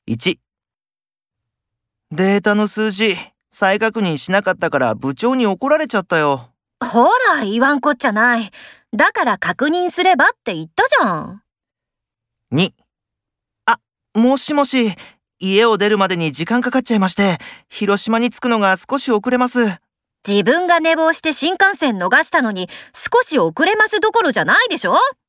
1、データの数字、再確認しなかったから部長に怒られちゃったよ。 ほら、言わんこっちゃない。だから確認すればって言ったじゃん。 2、もしもし、家を出るまでに時間かかっちゃいまして、広島に着くのが少し遅れます。 自分が寝坊して新幹線逃したのに少し遅れますどころじゃないでしょ。